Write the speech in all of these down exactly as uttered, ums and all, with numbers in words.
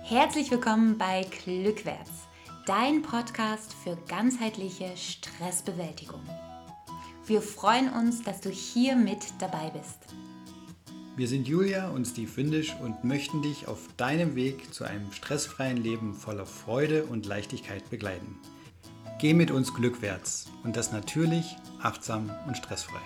Herzlich willkommen bei Glückwärts, dein Podcast für ganzheitliche Stressbewältigung. Wir freuen uns, dass du hier mit dabei bist. Wir sind Julia und Steve Windisch und möchten dich auf deinem Weg zu einem stressfreien Leben voller Freude und Leichtigkeit begleiten. Geh mit uns glückwärts und das natürlich, achtsam und stressfrei.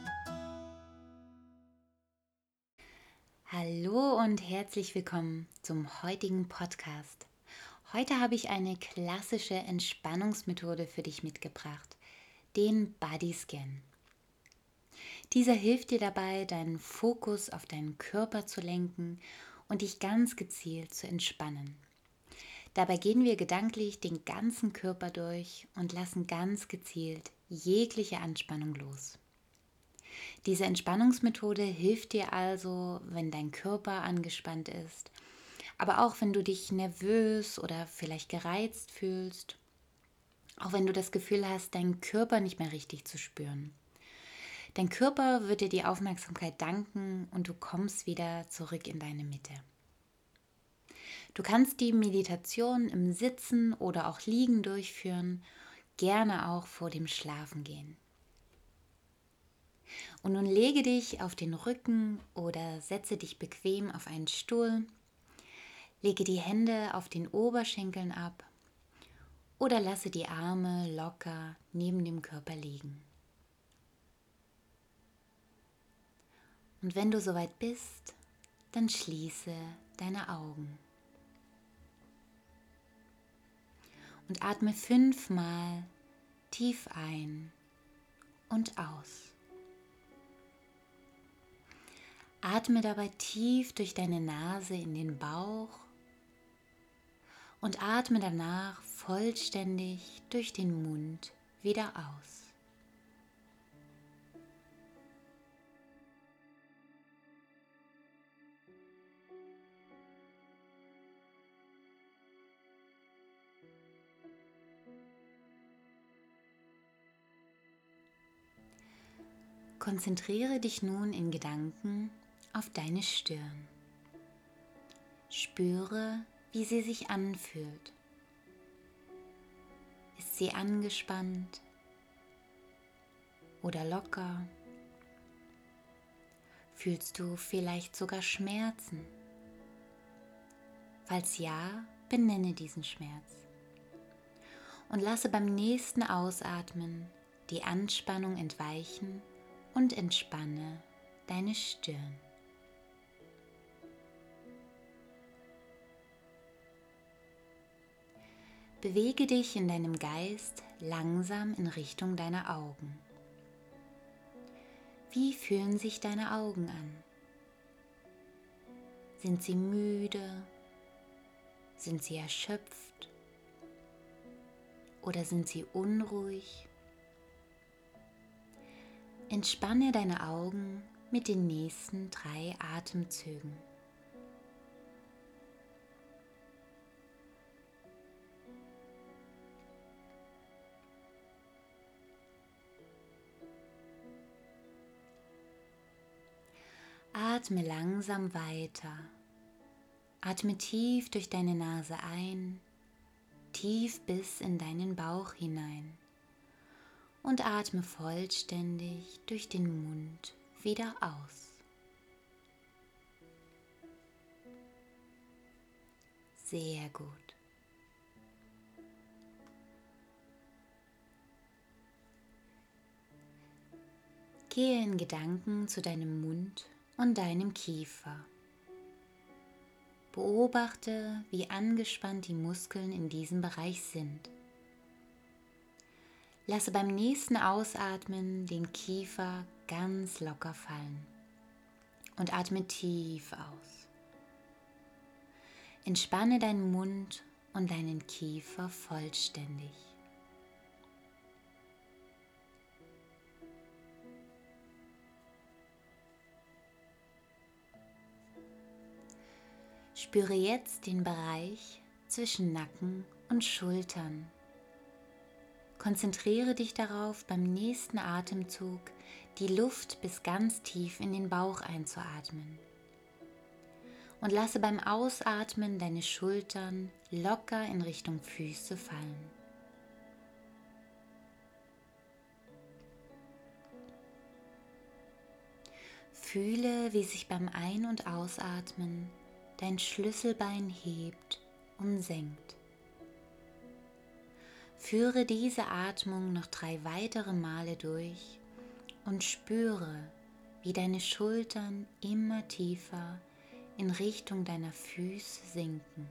Hallo und herzlich willkommen zum heutigen Podcast. Heute habe ich eine klassische Entspannungsmethode für dich mitgebracht, den Bodyscan. Dieser hilft dir dabei, deinen Fokus auf deinen Körper zu lenken und dich ganz gezielt zu entspannen. Dabei gehen wir gedanklich den ganzen Körper durch und lassen ganz gezielt jegliche Anspannung los. Diese Entspannungsmethode hilft dir also, wenn dein Körper angespannt ist, aber auch wenn du dich nervös oder vielleicht gereizt fühlst, auch wenn du das Gefühl hast, deinen Körper nicht mehr richtig zu spüren. Dein Körper wird dir die Aufmerksamkeit danken und du kommst wieder zurück in deine Mitte. Du kannst die Meditation im Sitzen oder auch Liegen durchführen, gerne auch vor dem Schlafengehen. Und nun lege dich auf den Rücken oder setze dich bequem auf einen Stuhl, lege die Hände auf den Oberschenkeln ab oder lasse die Arme locker neben dem Körper liegen. Und wenn du soweit bist, dann schließe deine Augen. Und atme fünfmal tief ein und aus. Atme dabei tief durch deine Nase in den Bauch und atme danach vollständig durch den Mund wieder aus. Konzentriere dich nun in Gedanken auf deine Stirn. Spüre, wie sie sich anfühlt. Ist sie angespannt oder locker? Fühlst du vielleicht sogar Schmerzen? Falls ja, benenne diesen Schmerz. Und lasse beim nächsten Ausatmen die Anspannung entweichen und entspanne deine Stirn. Bewege dich in deinem Geist langsam in Richtung deiner Augen. Wie fühlen sich deine Augen an? Sind sie müde? Sind sie erschöpft? Oder sind sie unruhig? Entspanne deine Augen mit den nächsten drei Atemzügen. Atme langsam weiter. Atme tief durch deine Nase ein, tief bis in deinen Bauch hinein und atme vollständig durch den Mund wieder aus. Sehr gut. Gehe in Gedanken zu deinem Mund und deinem Kiefer. Beobachte, wie angespannt die Muskeln in diesem Bereich sind. Lasse beim nächsten Ausatmen den Kiefer ganz locker fallen und atme tief aus. Entspanne deinen Mund und deinen Kiefer vollständig. Spüre jetzt den Bereich zwischen Nacken und Schultern. Konzentriere dich darauf, beim nächsten Atemzug die Luft bis ganz tief in den Bauch einzuatmen. und lasse beim Ausatmen deine Schultern locker in Richtung Füße fallen. Fühle, wie sich beim Ein- und Ausatmen dein Schlüsselbein hebt und senkt. Führe diese Atmung noch drei weitere Male durch und spüre, wie deine Schultern immer tiefer in Richtung deiner Füße sinken.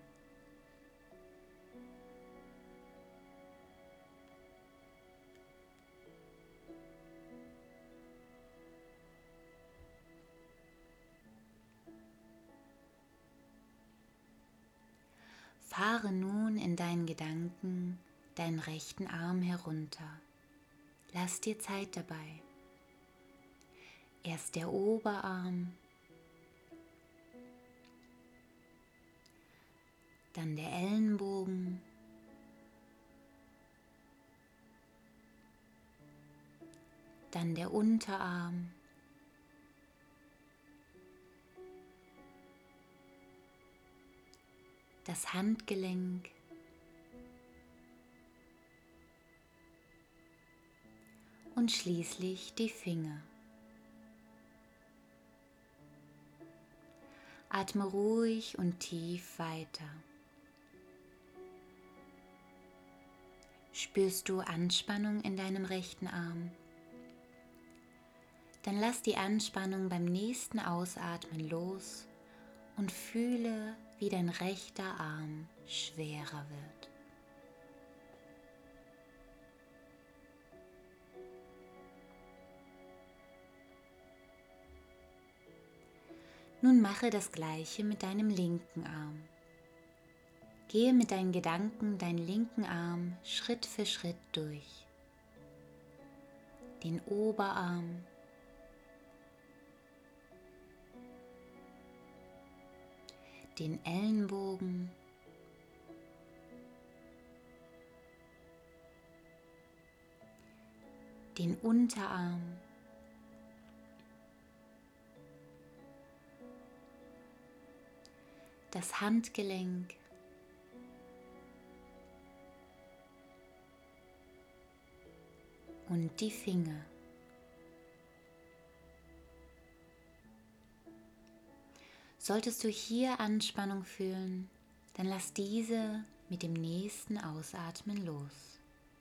Fahre nun in deinen Gedanken deinen rechten Arm herunter. Lass dir Zeit dabei. Erst der Oberarm, dann der Ellenbogen, dann der Unterarm, das Handgelenk, und schließlich die Finger. Atme ruhig und tief weiter. Spürst du Anspannung in deinem rechten Arm? Dann lass die Anspannung beim nächsten Ausatmen los und fühle, wie dein rechter Arm schwerer wird. Nun mache das Gleiche mit deinem linken Arm. Gehe mit deinen Gedanken deinen linken Arm Schritt für Schritt durch. Den Oberarm, den Ellenbogen, den Unterarm, das Handgelenk, und die Finger. Solltest du hier Anspannung fühlen, dann lass diese mit dem nächsten Ausatmen los.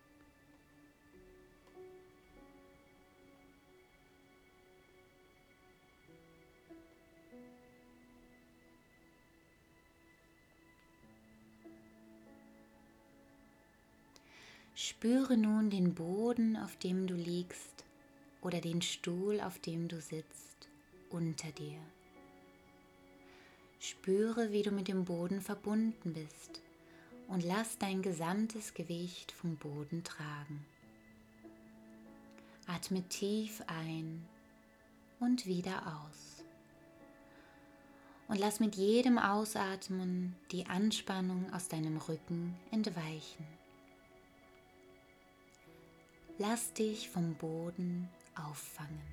Spüre nun den Boden, auf dem du liegst, oder den Stuhl, auf dem du sitzt, unter dir. Spüre, wie du mit dem Boden verbunden bist und lass dein gesamtes Gewicht vom Boden tragen. Atme tief ein und wieder aus. Und lass mit jedem Ausatmen die Anspannung aus deinem Rücken entweichen. Lass dich vom Boden auffangen.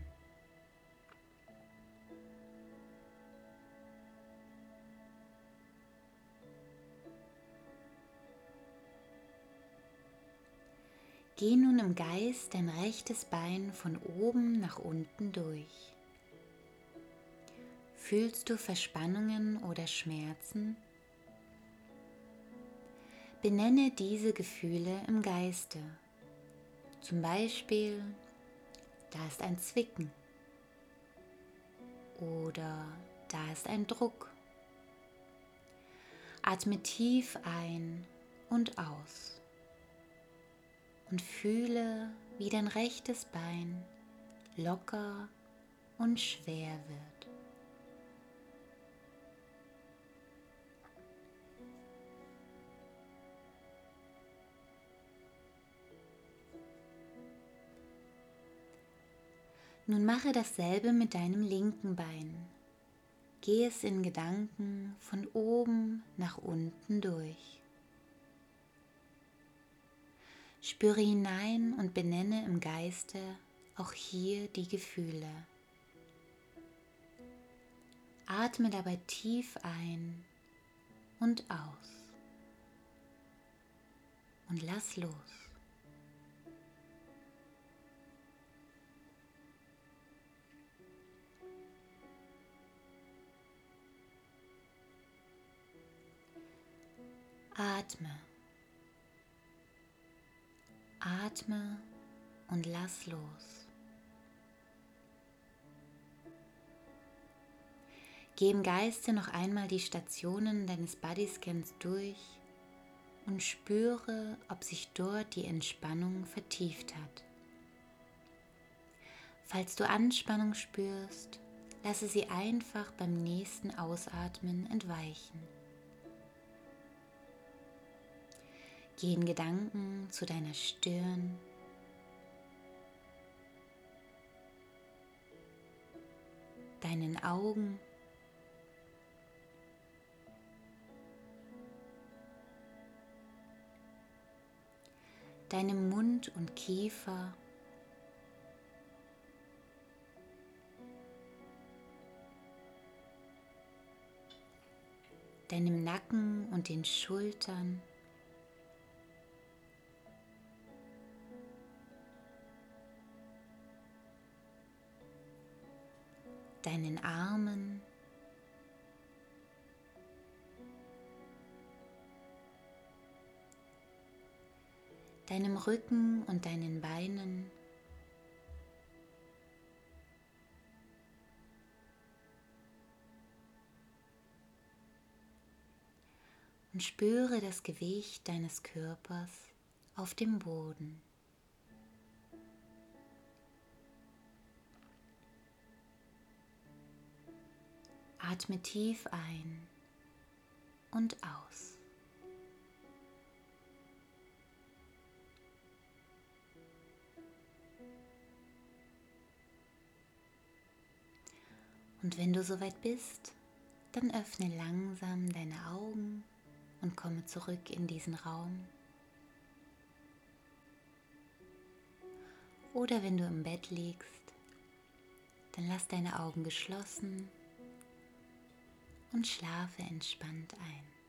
Geh nun im Geist dein rechtes Bein von oben nach unten durch. Fühlst du Verspannungen oder Schmerzen? Benenne diese Gefühle im Geiste. Zum Beispiel, da ist ein Zwicken oder da ist ein Druck. Atme tief ein und aus und fühle, wie dein rechtes Bein locker und schwer wird. Nun mache dasselbe mit deinem linken Bein. Geh es in Gedanken von oben nach unten durch. Spüre hinein und benenne im Geiste auch hier die Gefühle. Atme dabei tief ein und aus und lass los. Atme, atme und lass los. Geh im Geiste noch einmal die Stationen deines Bodyscans durch und spüre, ob sich dort die Entspannung vertieft hat. Falls du Anspannung spürst, lasse sie einfach beim nächsten Ausatmen entweichen. Geh in Gedanken zu deiner Stirn, deinen Augen, deinem Mund und Kiefer, deinem Nacken und den Schultern, deinen Armen, deinem Rücken und deinen Beinen, und spüre das Gewicht deines Körpers auf dem Boden. Atme tief ein und aus. Und wenn du soweit bist, dann öffne langsam deine Augen und komme zurück in diesen Raum. Oder wenn du im Bett liegst, dann lass deine Augen geschlossen und schlafe entspannt ein.